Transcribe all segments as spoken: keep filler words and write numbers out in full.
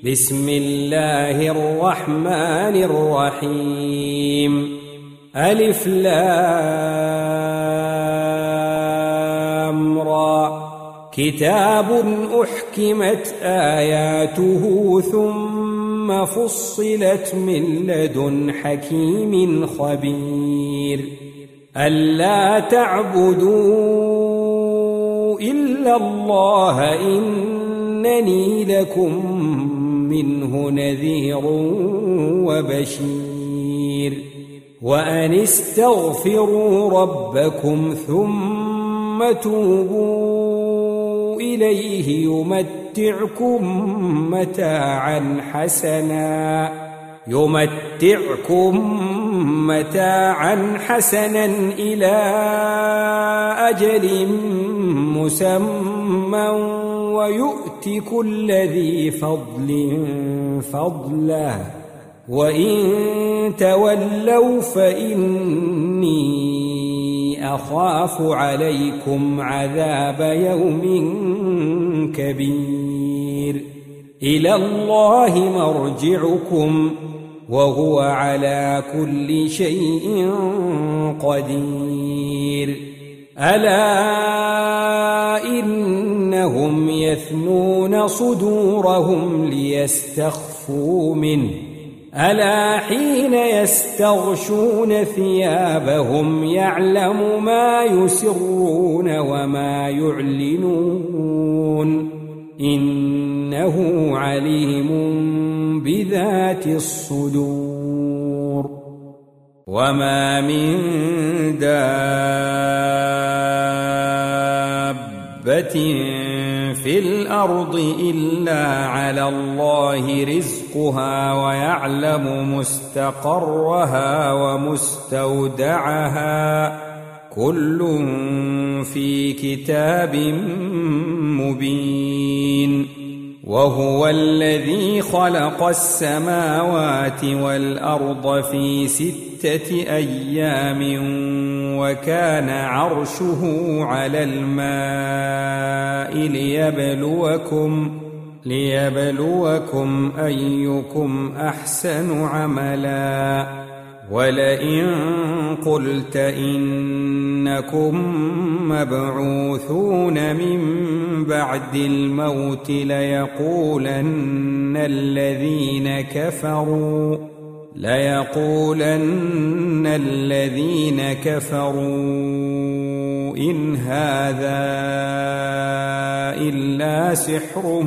بسم الله الرحمن الرحيم ألف لام را كتاب أحكمت آياته ثم فصلت من لدن حكيم خبير ألا تعبدوا إلا الله إنني لكم منه نذير وبشير وأن استغفروا ربكم ثم توبوا إليه يمتعكم متاعا حسنا يمتعكم متاعا حسنا إلى أجل مسمى ويؤت كل ذي فضل فضله وإن تولوا فإني أخاف عليكم عذاب يوم كبير إلى الله مرجعكم وهو على كل شيء قدير ألا إنهم يثنون صدورهم ليستخفوا منه ألا حين يستغشون ثيابهم يعلم ما يسرون وما يعلنون إنه عليم بذات الصدور وما من دابة في الأرض إلا على الله رزقها ويعلم مستقرها ومستودعها كل في كتاب مبين وهو الذي خلق السماوات والأرض في ستة أيام وكان عرشه على الماء ليبلوكم ليبلوكم أيكم أحسن عملا ولئن قلت إنكم مبعوثون من بعد الموت ليقولن الذين كفروا ليقولن الذين كفروا إن هذا إلا سحر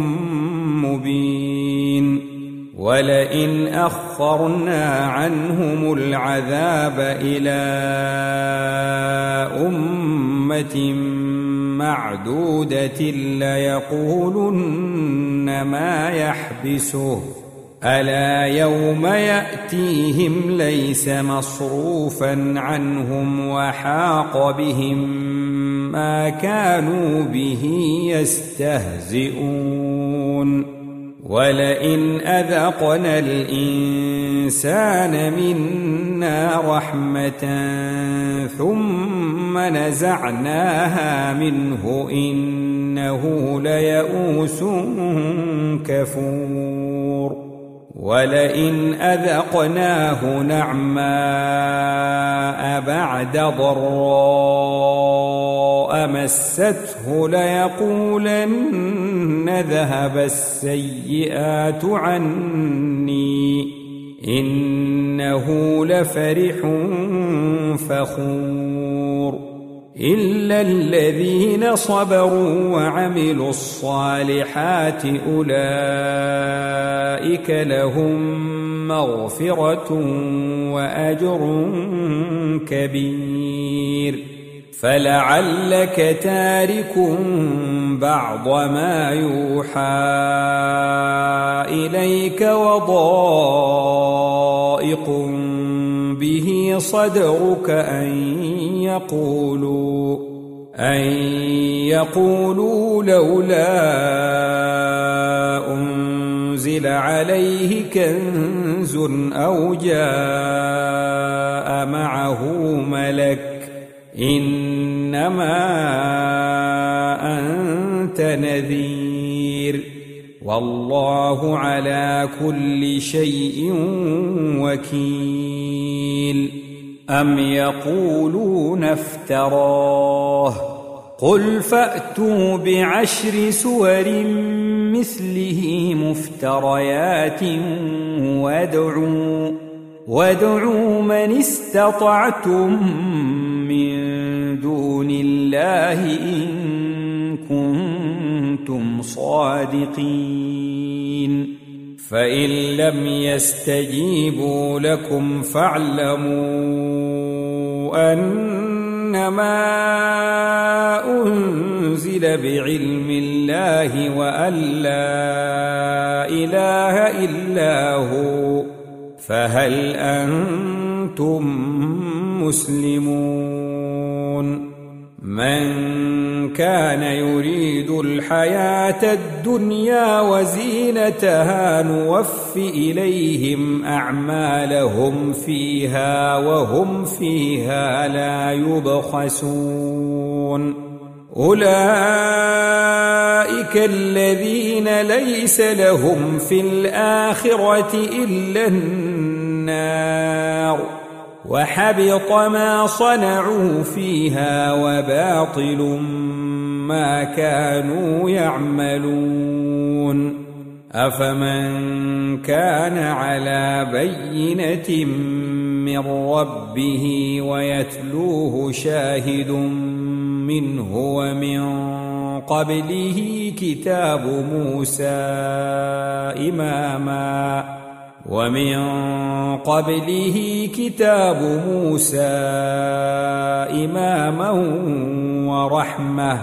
مبين ولئن أخرنا عنهم العذاب إلى أمة معدودة ليقولن ما يحبسه ألا يوم يأتيهم ليس مصروفا عنهم وحاق بهم ما كانوا به يستهزئون ولئن أذقنا الإنسان منا رحمة ثم نزعناها منه إنه ليئوس كفور ولئن أذقناه نعماء بعد ضراء مسته ليقولن ذهب السيئات عني إنه لفرح فخور إلا الذين صبروا وعملوا الصالحات أولئك لهم مغفرة وأجر كبير فلعلك تارك بعض ما يوحى إليك وضائق به صدرك أن يقولوا أن يقولوا لولا أنزل عليه كنز أو جاء معه ملك إنما أنت نذير والله على كل شيء وكيل. أم يقولون افتراه قل فأتوا بعشر سور مثله مفتريات وادعوا وادعوا من استطعتم من دون الله إن كنتم صادقين. فإن لم يستجيبوا لكم فاعلموا أنما أنزل بعلم الله وأن لا إله إلا هو فهل أنتم مسلمون. من كان يريد الحياة الدنيا وزينتها نوف إليهم أعمالهم فيها وهم فيها لا يبخسون. أولئك الذين ليس لهم في الآخرة إلا النار وحبط ما صنعوا فيها وباطل ما كانوا يعملون. أفمن كان على بينة من ربه ويتلوه شاهد منه ومن قبله كتاب موسى إماما ومن قبله كتاب موسى إماما ورحمة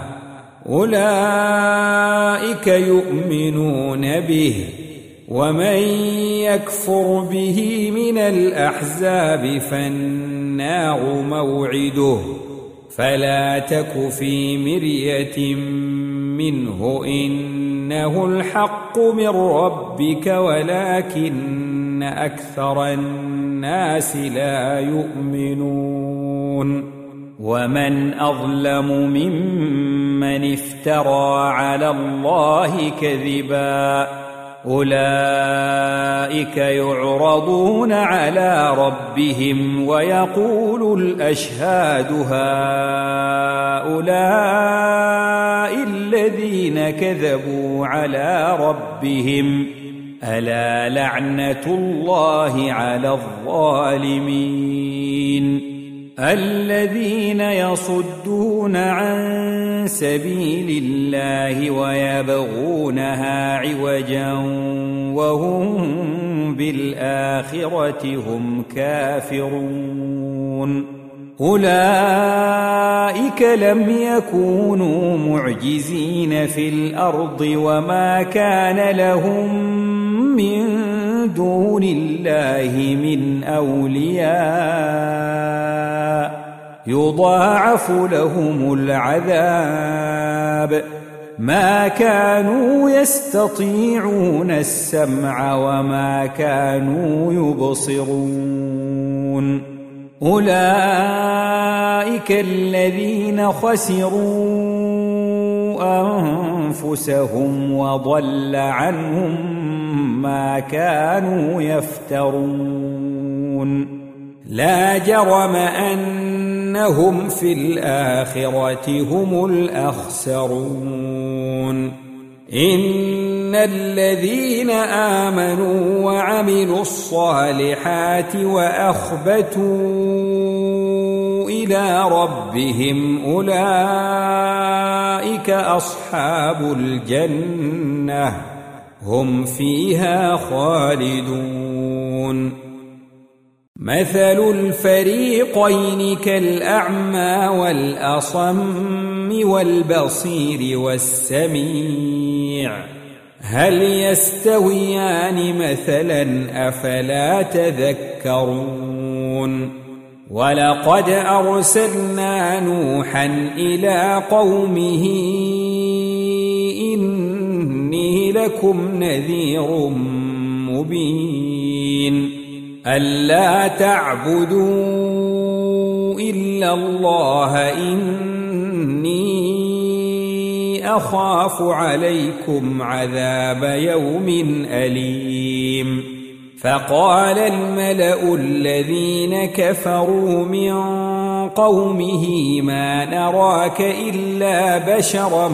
أولئك يؤمنون به. ومن يكفر به من الأحزاب فالنار موعده فلا تك في مرية منه إنه الحق من ربك ولكن أكثر الناس لا يؤمنون. ومن أظلم ممن افترى على الله كذبا أولئك يعرضون على ربهم ويقول الأشهاد هؤلاء الذين كذبوا على ربهم ألا لعنة الله على الظالمين. الذين يصدون عن سبيل الله ويبغونها عوجا وهم بالآخرة هم كافرون. أولئك لم يكونوا معجزين في الأرض وما كان لهم من دون الله من أولياء يضاعف لهم العذاب ما كانوا يستطيعون السمع وما كانوا يبصرون. أولئك الذين خسروا أنفسهم وضل عنهم ما كانوا يفترون. لا جرم أنهم في الآخرة هم الأخسرون. إن الذين آمنوا وعملوا الصالحات وأخبتوا إلى ربهم أولئك أصحاب الجنة هم فيها خالدون. مثل الفريقين كالأعمى والأصم والبصير والسميع هل يستويان مثلا أفلا تذكرون. ولقد أرسلنا نوحا إلى قومه إني لكم نذير مبين ألا تعبدوا إلا الله إني أخاف عليكم عذاب يوم أليم فقال الملأ الذين كفروا من قومه ما نراك إلا بشرا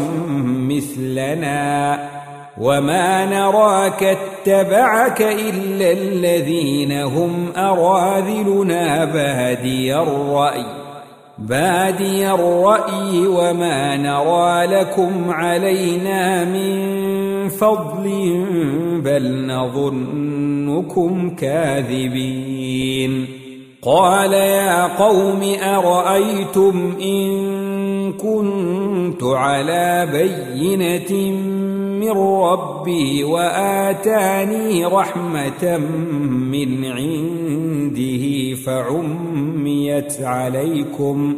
مثلنا وما نراك اتبعك إلا الذين هم أراذلنا بادي الرأي بادي الرأي وما نرى لكم علينا من فضل بل نظنكم كاذبين قال يا قوم أرأيتم إن كنت على بينة من ربي وآتاني رحمة من عنده فعميت عليكم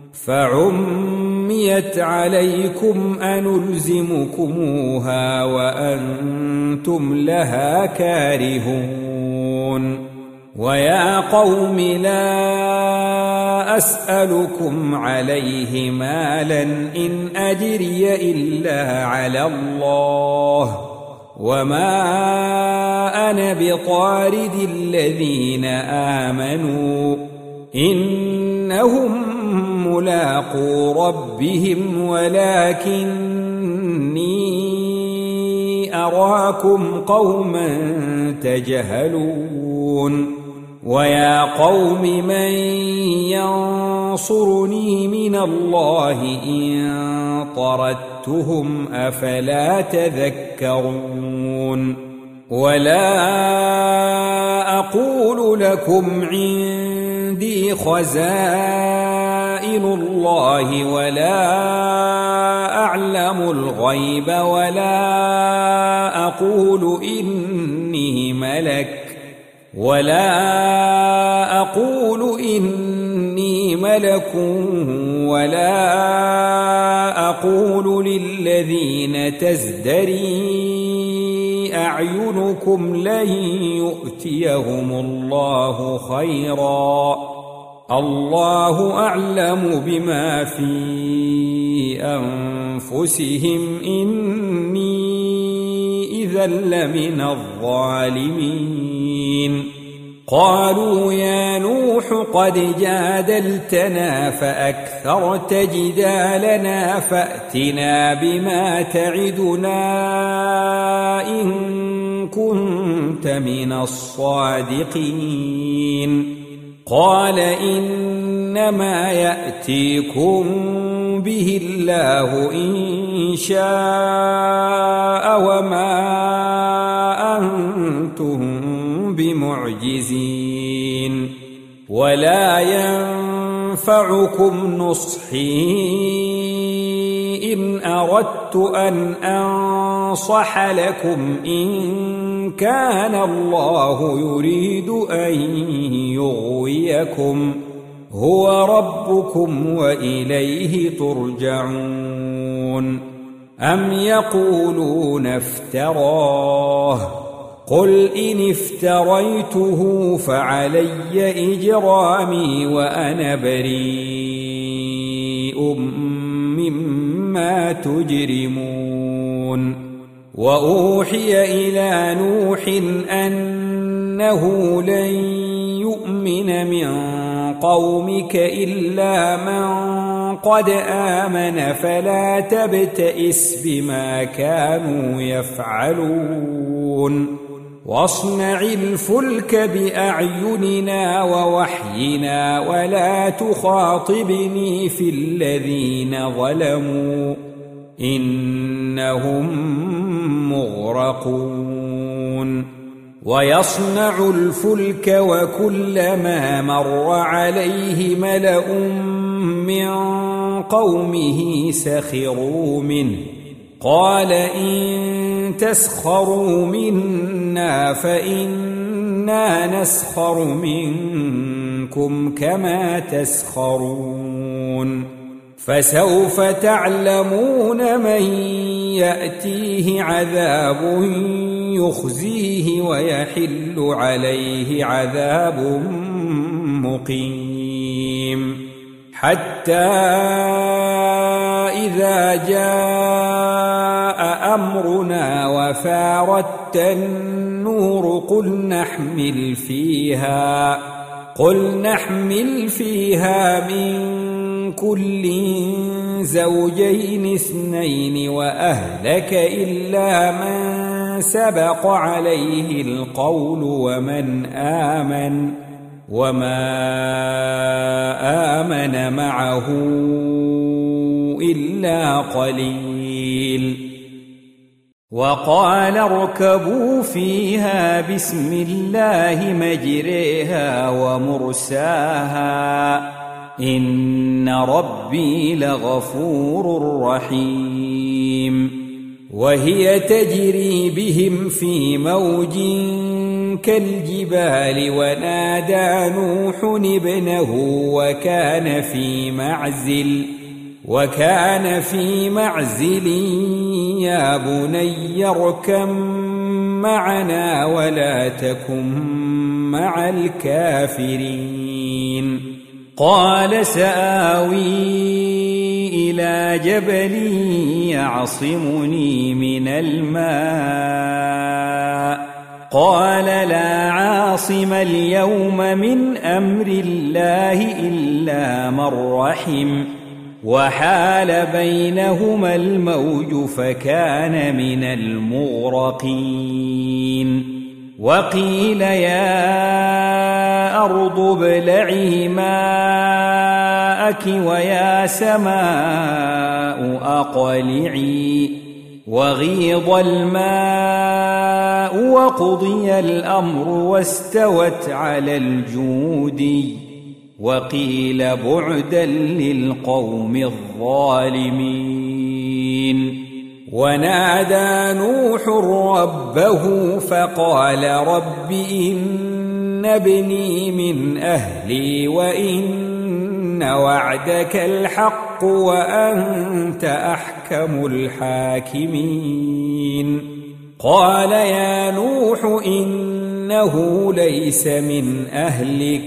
فعميت عليكم أنلزمكموها وأنتم لها كارهون ويا قوم لا أسألكم عليه مالا إن أجري إلا على الله وما أنا بطارد الذين آمنوا إنهم ملاقو ربهم ولكني أراكم قوما تجهلون ويا قوم من ينصرني من الله إن طردتهم أفلا تذكرون ولا أقول لكم عندي خزائن الله ولا أعلم الغيب ولا أقول إني ملك ولا أقول إني ملك ولا أقول للذين تزدري أعينكم لن يؤتيهم الله خيرا الله أعلم بما في أنفسهم إني إذا لمن الظالمين قالوا يا نوح قد جادلتنا فأكثرت جدالنا فأتنا بما تعدنا إن كنت من الصادقين قال إنما يأتيكم به الله إن شاء وما أنتم بمعجزين ولا ينفعكم نصحي إن أردت أن أنصح لكم إن كان الله يريد أن يغويكم هو ربكم وإليه ترجعون أم يقولون افتراه قل إن افتريته فعلي إجرامي وأنا بريء مما تجرمون وأوحي إلى نوح أنه لن يؤمن من قومك إلا من قد آمن فلا تبتئس بما كانوا يفعلون واصنع الفلك بأعيننا ووحينا ولا تخاطبني في الذين ظلموا إنهم مغرقون ويصنع الفلك وكلما مر عليه ملأ من قومه سخروا منه قال إن تسخروا منا فإنا نسخر منكم كما تسخرون فسوف تعلمون من يأتيه عذاب يخزيه ويحل عليه عذاب مقيم حتى إذا جاء أمرنا وفارت النور قل نحمل فيها قل نحمل فيها من كل زوجين اثنين وأهلك إلا من سبق عليه القول ومن آمن وما آمن معه إلا قليل. وقال اركبوا فيها بسم الله مجريها ومرساها إن ربي لغفور رحيم. وهي تجري بهم في موج كالجبال ونادى نوح ابنه وكان في معزل وكان في معزل يا بني اركب معنا ولا تكن مع الكافرين. قال سآوي إلى جبل يعصمني من الماء قال لا عاصم اليوم من أمر الله إلا من رحم وحال بينهما الموج فكان من المغرقين. وقيل يا أرض ابلعي ماءك ويا سماء أقلعي وغيض الماء وقضي الأمر واستوت على الجود وقيل بعدا للقوم الظالمين. ونادى نوح ربه فقال رب إن ابني من أهلي وإن وعدك الحق وأنت أحكم الحاكمين. قال يا نوح إنه ليس من أهلك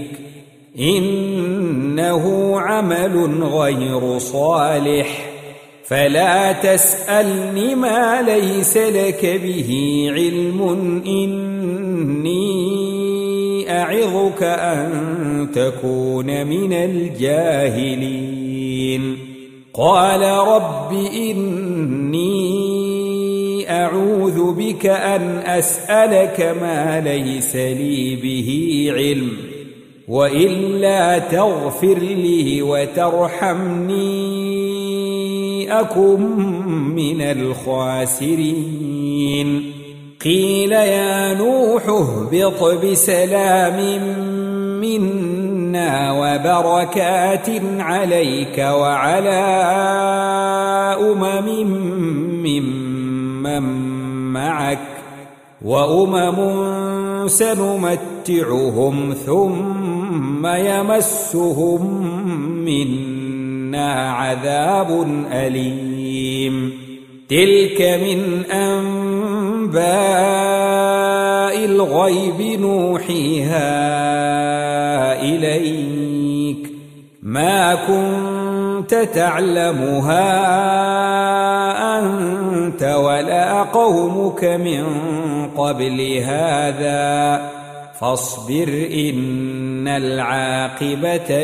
إنه عمل غير صالح فلا تسألني ما ليس لك به علم إني أعظك أن تكون من الجاهلين. قال رب إني أعوذ بك أن أسألك ما ليس لي به علم وإلا تغفر لي وترحمني أكن من الخاسرين. قيل يا نوح اهبط بسلام منا وبركات عليك وعلى أمم ممن معك وأمم سنمتعهم ثم يمسهم منا عذاب أليم. تلك من أنباء الغيب نوحيها إليك ما كنت تعلمها أنت ولا قومك من قبل هذا فاصبر إن العاقبة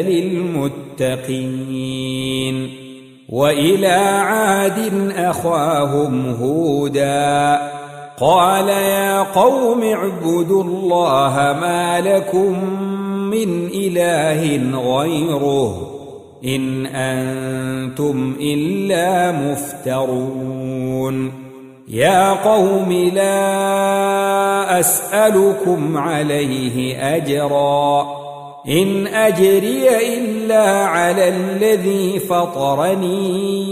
للمتقين. وإلى عاد أخاهم هودا قال يا قوم اعبدوا الله ما لكم من إله غيره إن أنتم إلا مفترون. يا قوم لا أسألكم عليه أجرا إن أجري إلا على الذي فطرني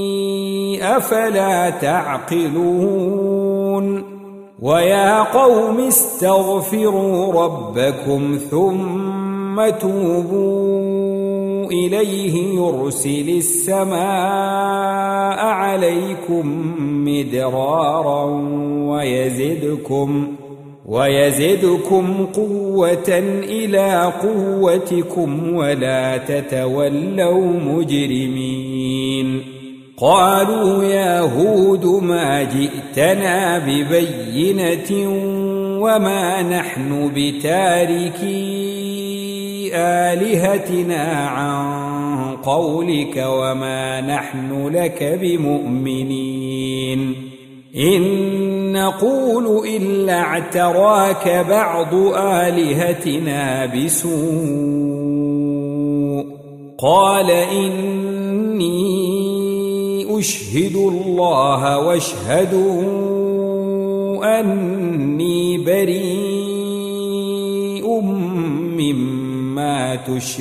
أفلا تعقلون. ويا قوم استغفروا ربكم ثم توبوا إليه يرسل السماء عليكم مدرارا ويزدكم ويزدكم قوة إلى قوتكم ولا تتولوا مجرمين. قالوا يا هود ما جئتنا ببينة وما نحن بتاركي آلهتنا عن قولك وما نحن لك بمؤمنين إن نقول إلا اعتراك بعض آلهتنا بسوء قال إني أشهد الله واشهدوا أني بريء مما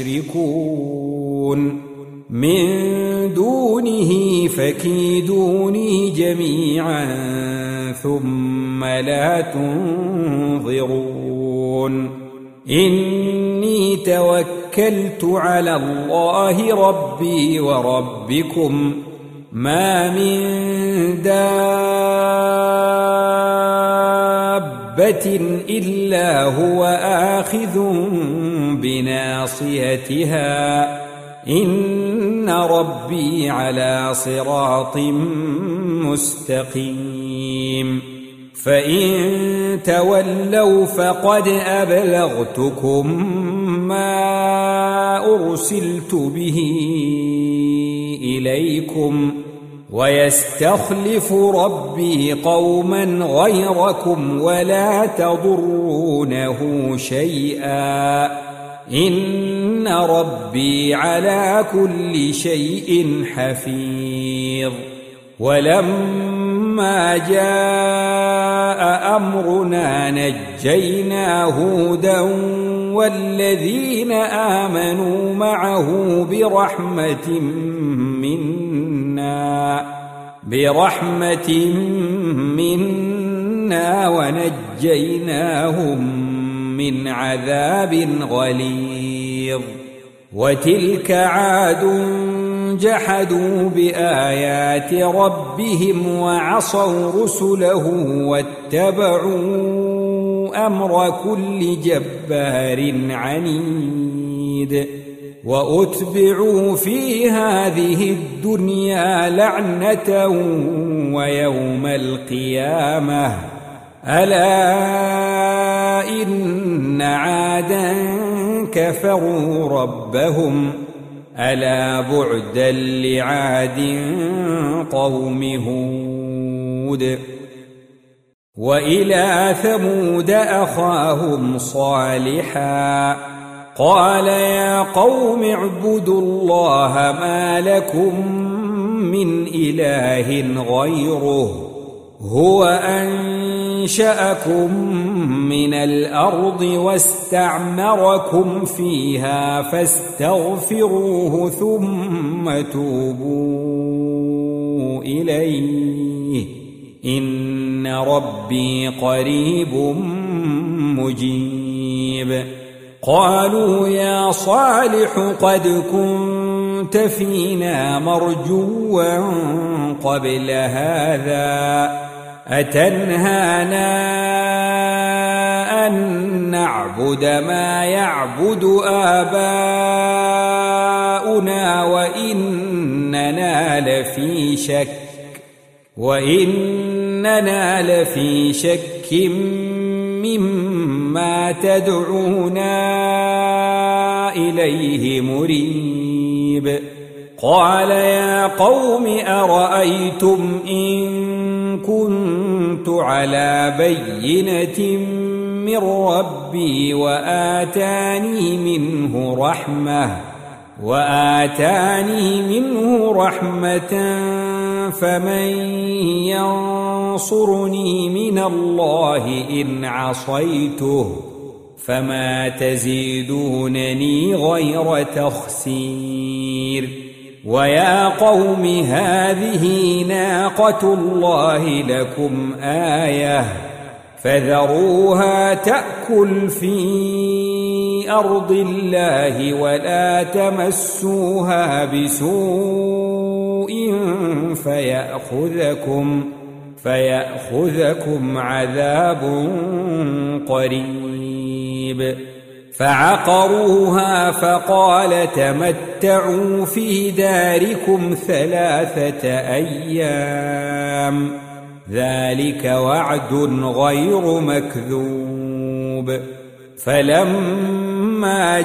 تشركون من دونه فكيدوني جميعا ثم لا تنظرون إني توكلت على الله ربي وربكم ما من دابة إلا هو آخذ بناصيتها إن ربي على صراط مستقيم فإن تولوا فقد أبلغتكم ما أرسلت به إليكم ويستخلف ربي قوما غيركم ولا تضرونه شيئا إن ربي على كل شيء حفيظ ولما جاء أمرنا نجينا هودا والذين آمنوا معه برحمة منا برحمة منا ونجيناهم من عذاب غليظ وتلك عاد جحدوا بآيات ربهم وعصوا رسله واتبعوا أمر كل جبار عنيد وأتبعوا في هذه الدنيا لعنة ويوم القيامة ألا إن عادا كفروا ربهم ألا بعدا لعاد قوم هود وإلى ثمود أخاهم صالحا قال يا قوم اعبدوا الله ما لكم من إله غيره هو أنشأكم من الأرض واستعمركم فيها فاستغفروه ثم توبوا إليه إن ربي قريب مجيب قالوا يا صالح قد كنت فينا مرجوا قبل هذا أتنهانا أن نعبد ما يعبد آباؤنا وإننا لفي شك وإننا لفي شك مما تدعونا إليه مريب قال يا قوم أرأيتم إن كنت على بينة من ربي وآتاني منه رحمة وآتاني منه رحمة فمن ينصرني من الله إن عصيته فما تزيدونني غير تخسير ويا قوم هذه ناقة الله لكم آية فذروها تأكل في أرض الله ولا تمسوها بسوء فيأخذكم فيأخذكم عذاب قريب فعقروها فقال تمتعوا في داركم ثلاثة أيام ذلك وعد غير مكذوب. فلما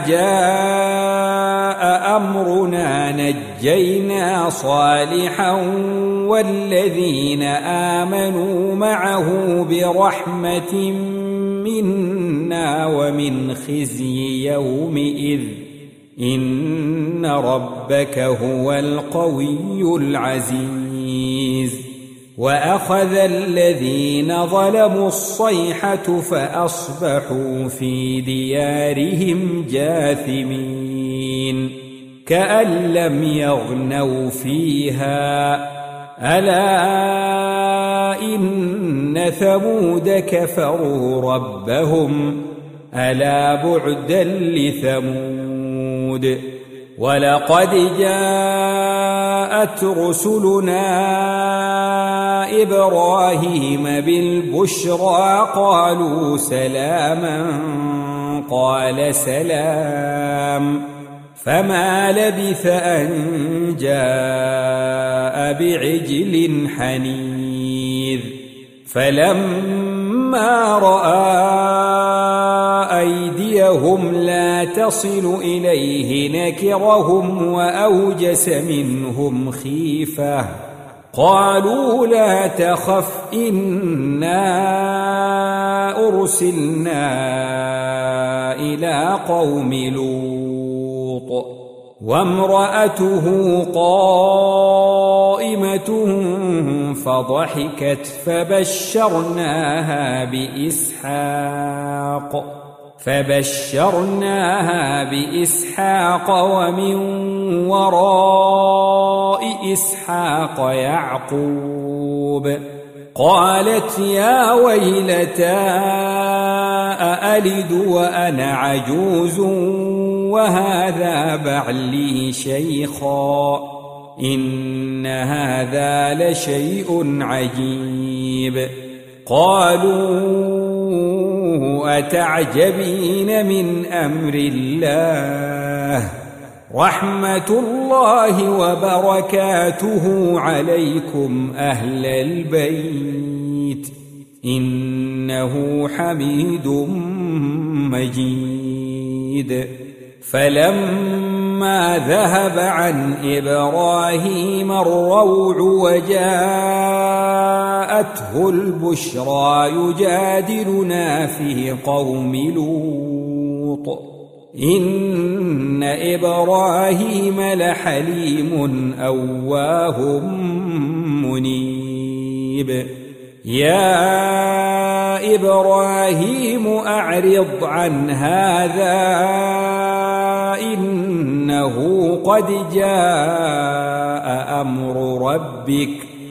جاء أمرنا نجينا صالحا والذين آمنوا معه برحمة منا ومن خزي يومئذ إن ربك هو القوي العزيز. وأخذ الذين ظلموا الصيحة فأصبحوا في ديارهم جاثمين كأن لم يغنوا فيها ألا إن ثمود كفروا ربهم ألا بعدا لثمود. ولقد جاءت رسلنا إبراهيم بالبشرى قالوا سلاما قال سلام فما لبث أن جاء بعجل حنيذ. فلما رأى أيديهم لا تصل إليه نكرهم وأوجس منهم خيفة قالوا لا تخف إنا أرسلنا إلى قوم لوط وامرأته قائمة فضحكت فبشرناها بإسحاق فبشرناها بإسحاق ومن وراء إسحاق يعقوب. قالت يا ويلتى أألد وأنا عجوز وهذا بعلي شيخا إن هذا لشيء عجيب. قالوا أتعجبين من أمر الله رحمة الله وبركاته عليكم أهل البيت إنه حميد مجيد. فلما ذهب عن إبراهيم الروع وجاءته البشرى يجادلنا في قوم لوط إن إبراهيم لحليم أواه منيب. يا إبراهيم أعرض عن هذا إنه قد جاء أمر ربك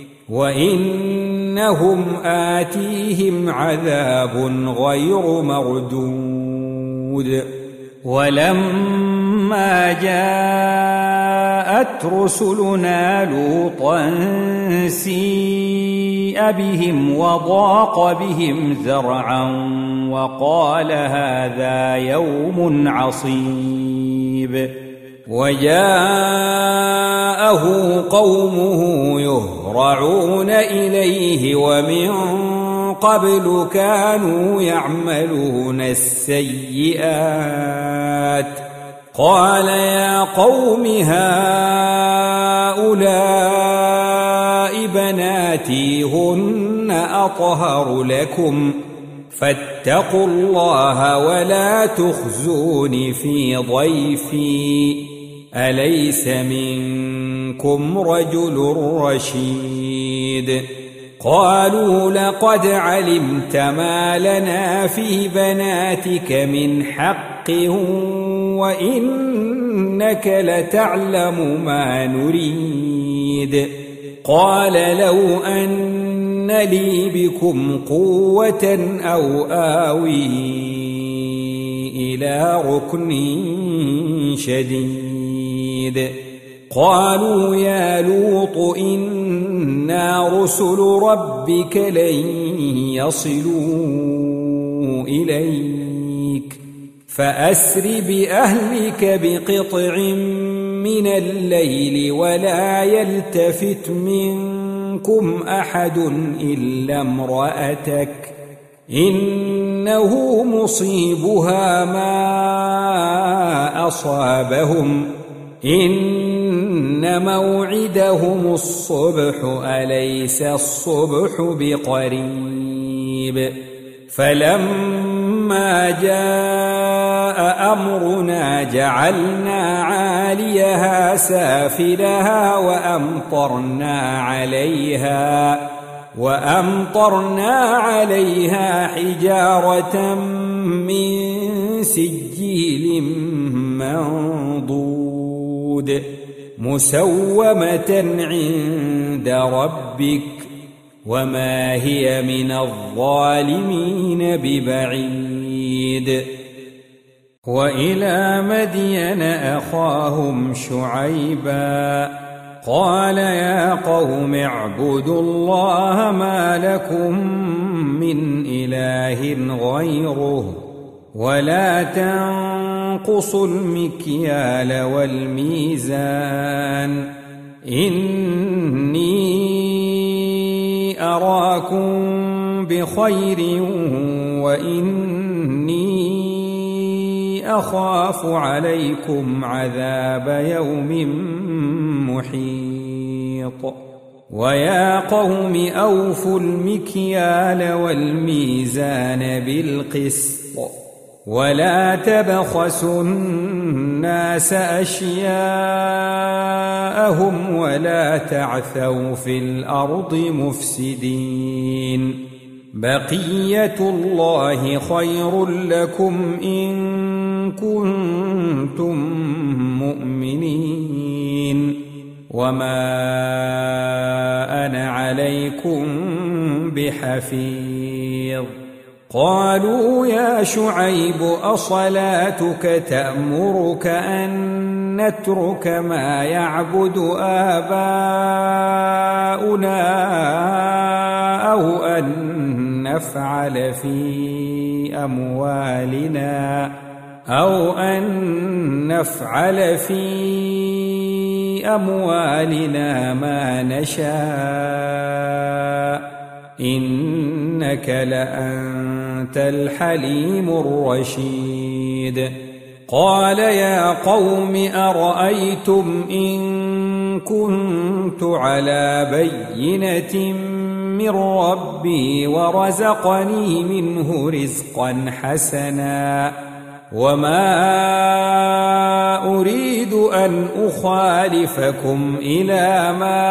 وإنهم آتيهم عذاب غير مردود. ولما جاءت رسلنا لوطا سيء بهم وضاق بهم ذرعا وقال هذا يوم عصيب. وجاءه قومه يهرعون إليه ومن قبل كانوا يعملون السيئات قال يا قوم هؤلاء بناتي هن أطهر لكم فاتقوا الله ولا تخزون في ضيفي أليس منكم رجل رشيد. قالوا لقد علمت ما لنا في بناتك من حق وإنك لتعلم ما نريد. قال لو أن لي بكم قوة أو آوي إلى ركن شديد. قالوا يا لوط إنا رسل ربك لن يصلوا إليك فأسر بأهلك بقطع من الليل ولا يلتفت منكم أحد إلا امرأتك إنه مصيبها ما أصابهم إن موعدهم الصبح أليس الصبح بقريب فلما جاء أمرنا جعلنا عاليها سافلها وأمطرنا عليها وأمطرنا عليها حجارة من سجيل منضود مسومة عند ربك وما هي من الظالمين ببعيد وإلى مدين أخاهم شعيبا قال يا قوم اعبدوا الله ما لكم من إله غيره ولا تنقصوا المكيال والميزان إني أراكم بخير وإني أخاف عليكم عذاب يوم محيط ويا قوم أوفوا المكيال والميزان بالقسط ولا تبخسوا الناس أشياءهم ولا تعثوا في الأرض مفسدين بقية الله خير لكم إن كنتم مؤمنين وما أنا عليكم بحفيظ قالوا يا شعيب أصلاتك تأمرك أن نترك ما يعبد آباؤنا أو أن نفعل في أموالنا أو أن نفعل في أموالنا ما نشاء إنك لأنت الحليم الرشيد قال يا قوم أرأيتم إن كنت على بينة من ربي ورزقني منه رزقا حسنا وما أريد أن أخالفكم إلى ما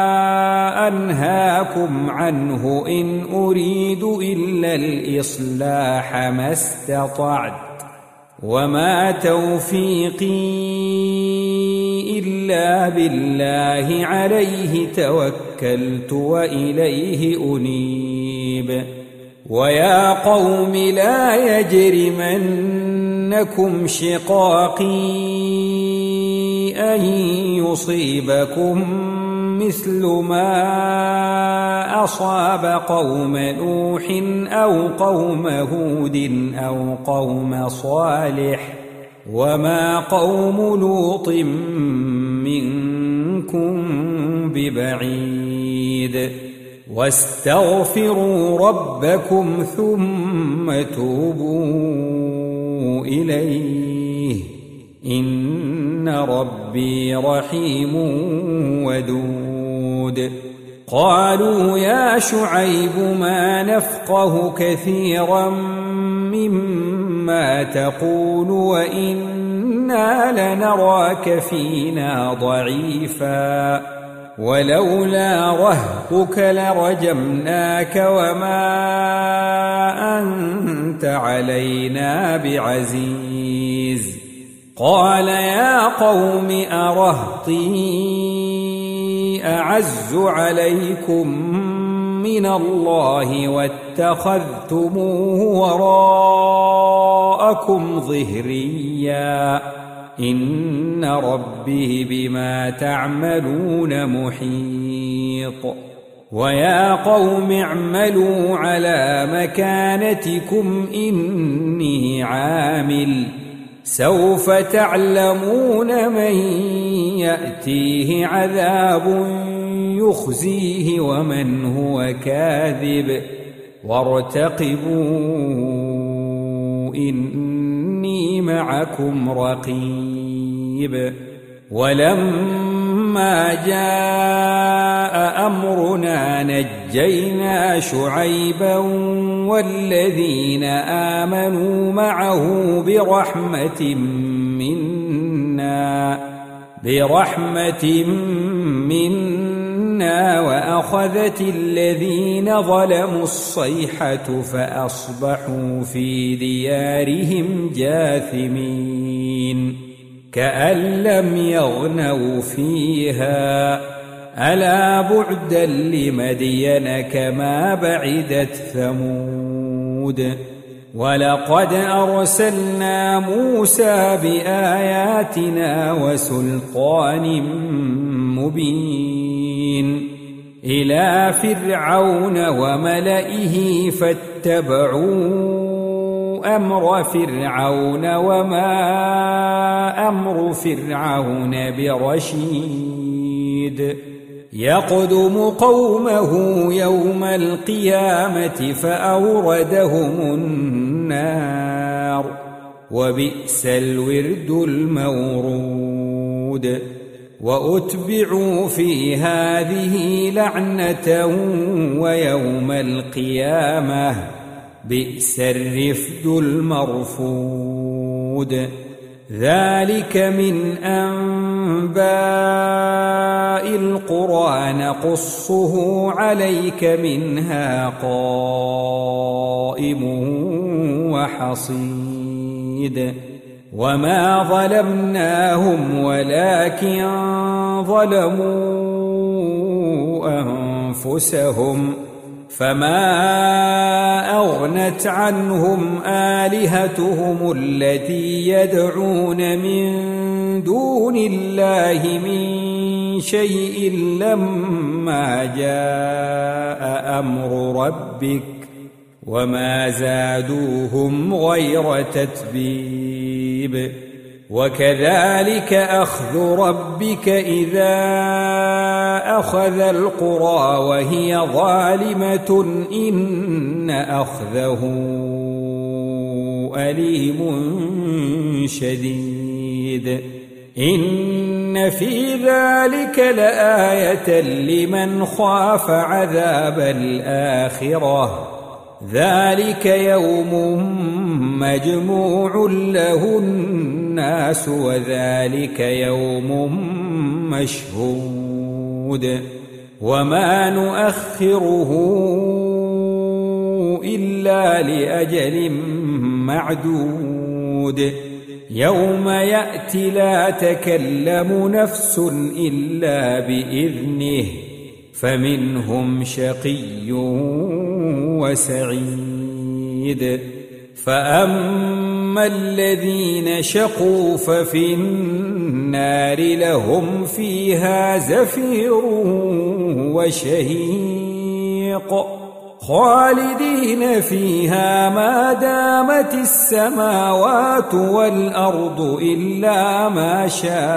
أنهاكم عنه إن أريد إلا الإصلاح ما استطعت وما توفيقي إلا بالله عليه توكلت وإليه أنيب ويا قوم لا يجرمنكم شقاقي أن يصيبكم مثل ما أصاب قوم نوح أو قوم هود أو قوم صالح وما قوم لوط منكم ببعيد واستغفروا ربكم ثم توبوا إليه إن ربي رحيم ودود قالوا يا شعيب ما نفقه كثيرا مما تقول وإنا لنراك فينا ضعيفا ولولا رهطك لرجمناك وما أنت علينا بعزيز قال يا قوم أرهطي أعز عليكم من الله واتخذتموه وراءكم ظهريا إن ربي بما تعملون محيط ويا قوم اعملوا على مكانتكم إني عامل سوف تعلمون من يأتيه عذاب يخزيه ومن هو كاذب وارتقبوا إني معكم رقيب. ولما جاء أمرنا نجينا شعيبا والذين آمنوا معه برحمة منا برحمة منا وأخذت الذين ظلموا الصيحة فأصبحوا في ديارهم جاثمين كأن لم يغنوا فيها ألا بعدا لمدين كما بعدت ثمود. ولقد أرسلنا موسى بآياتنا وسلطان مبين إلى فرعون وملئه فاتبعوا أمر فرعون وما أمر فرعون برشيد يقدم قومه يوم القيامة فأوردهم النار وبئس الورد المورود. وأتبعوا في هذه لعنة ويوم القيامة بئس الرفد المرفود. ذلك من أنباء القرى نقصه عليك منها قائم وحصيد. وما ظلمناهم ولكن ظلموا أنفسهم فما أغنت عنهم آلهتهم التي يدعون من دون الله من شيء لما جاء أمر ربك وما زادوهم غير تتبيب. وكذلك أخذ ربك إذا أخذ القرى وهي ظالمة إن أخذه أليم شديد. إن في ذلك لآية لمن خاف عذاب الآخرة ذلك يوم مجموع له الناس وذلك يوم مشهود. وما نؤخره إلا لأجل معدود. يوم يأتي لا تكلم نفس إلا بإذنه فمنهم شقي وسعيد. فأما الذين شقوا ففي النار لهم فيها زفير وشهيق خالدين فيها ما دامت السماوات والأرض إلا ما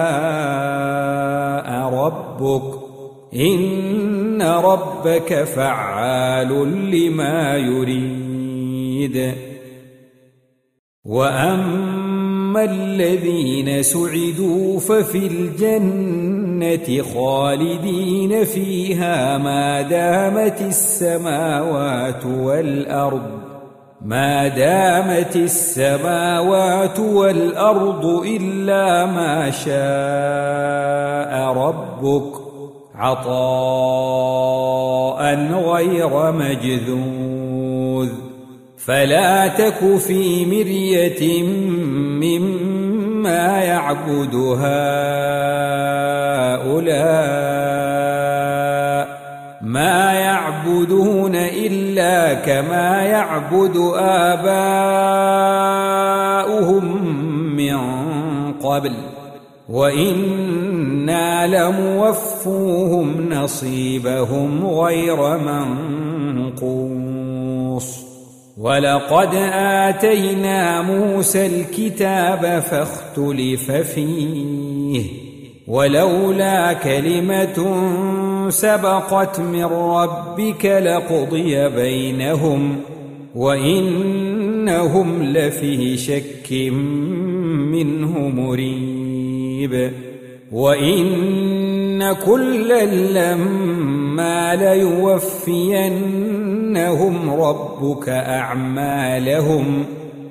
شاء ربك إن ربك فعال لما يريد. وأما الذين سعدوا ففي الجنة خالدين فيها ما دامت السماوات والأرض ما دامت السماوات والأرض إلا ما شاء ربك عطاء غير مجذوذ. فلا تك في مرية مما يعبد هؤلاء ما يعبدون إلا كما يعبد آباؤهم من قبل وإنا لموفوهم نصيبهم غير منقوص ولقد آتينا موسى الكتاب فاختلف فيه ولولا كلمة سبقت من ربك لقضي بينهم وإنهم لفي شك منه مريب وإن كلا لما ليوفينهم ربك أعمالهم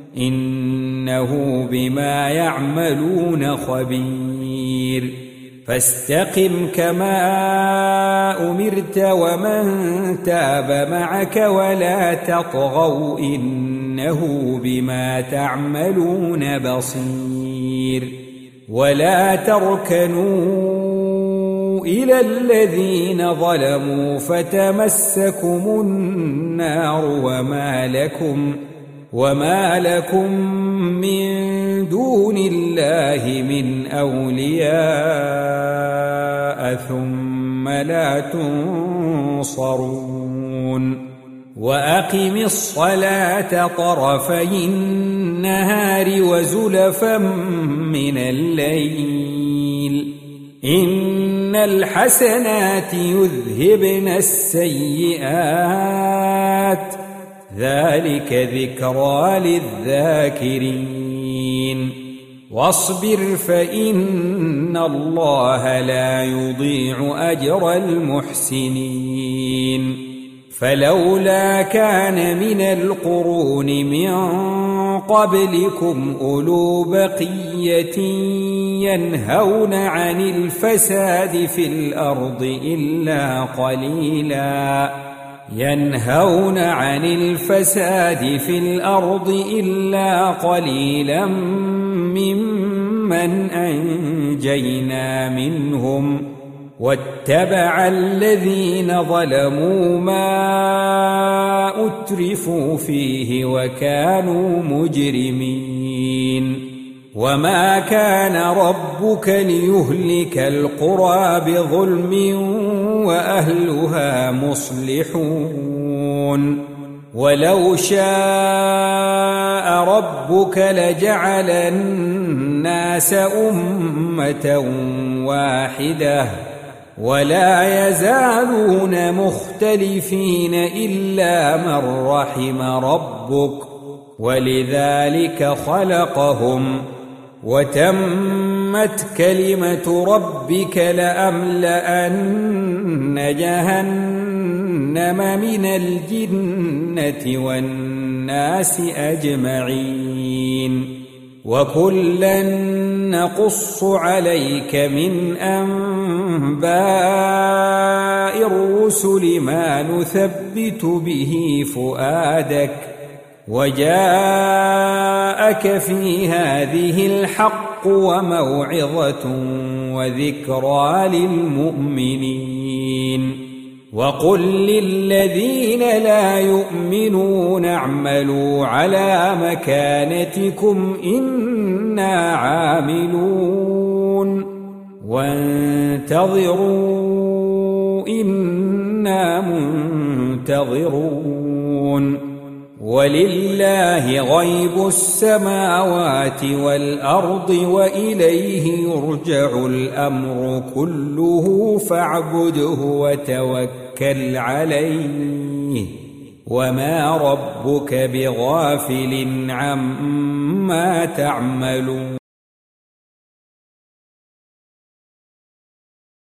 إنه بما يعملون خبير فاستقم كما أمرت ومن تاب معك ولا تطغوا إنه بما تعملون بصير ولا تركنوا إلى الذين ظلموا فتمسكم النار وما لكم وما لكم من دون الله من أولياء ثم لا تنصرون وأقم الصلاة طرفي النهار وزلفا من الليل إن الحسنات يذهبن السيئات ذلك ذكرى للذاكرين واصبر فإن الله لا يضيع أجر المحسنين فلولا كان من القرون من قبلكم أولو بقية ينهون عن الفساد في الأرض إلا قليلا ينهون عن الفساد في الأرض إلا قليلا ممن أنجينا منهم واتبع الذين ظلموا ما أترفوا فيه وكانوا مجرمين وما كان ربك ليهلك القرى بظلم وأهلها مصلحون ولو شاء ربك لجعل الناس أمة واحدة ولا يزالون مختلفين إلا من رحم ربك ولذلك خلقهم وتمت كلمة ربك لأملأن جهنم من الجنة والناس أجمعين وكلا نقص عليك من أنباء الرسل ما نثبت به فؤادك وجاءك في هذه الحق وموعظة وذكرى للمؤمنين وقل للذين لا يؤمنون اعملوا على مكانتكم إنا عاملون وانتظروا إنا منتظرون ولله غيب السماوات والأرض وإليه يرجع الأمر كله فاعبده وتوكل عليه وما ربك بغافل عما تعملون